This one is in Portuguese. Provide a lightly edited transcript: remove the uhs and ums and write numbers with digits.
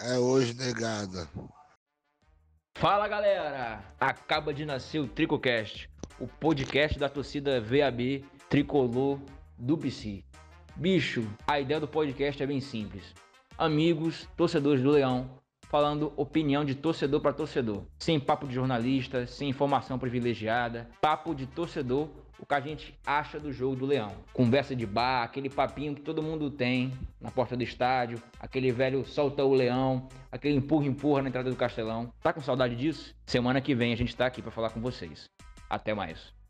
É hoje, negada. Fala galera! Acaba de nascer o TricoCast, o podcast da torcida VAB Tricolor do BC. Bicho, a ideia do podcast é bem simples. Amigos, torcedores do Leão, falando opinião de torcedor para torcedor. Sem papo de jornalista, sem informação privilegiada. Papo de torcedor, o que a gente acha do jogo do Leão. Conversa de bar, aquele papinho que todo mundo tem na porta do estádio. Aquele velho solta o Leão, aquele empurra na entrada do Castelão. Tá com saudade disso? Semana que vem a gente tá aqui para falar com vocês. Até mais.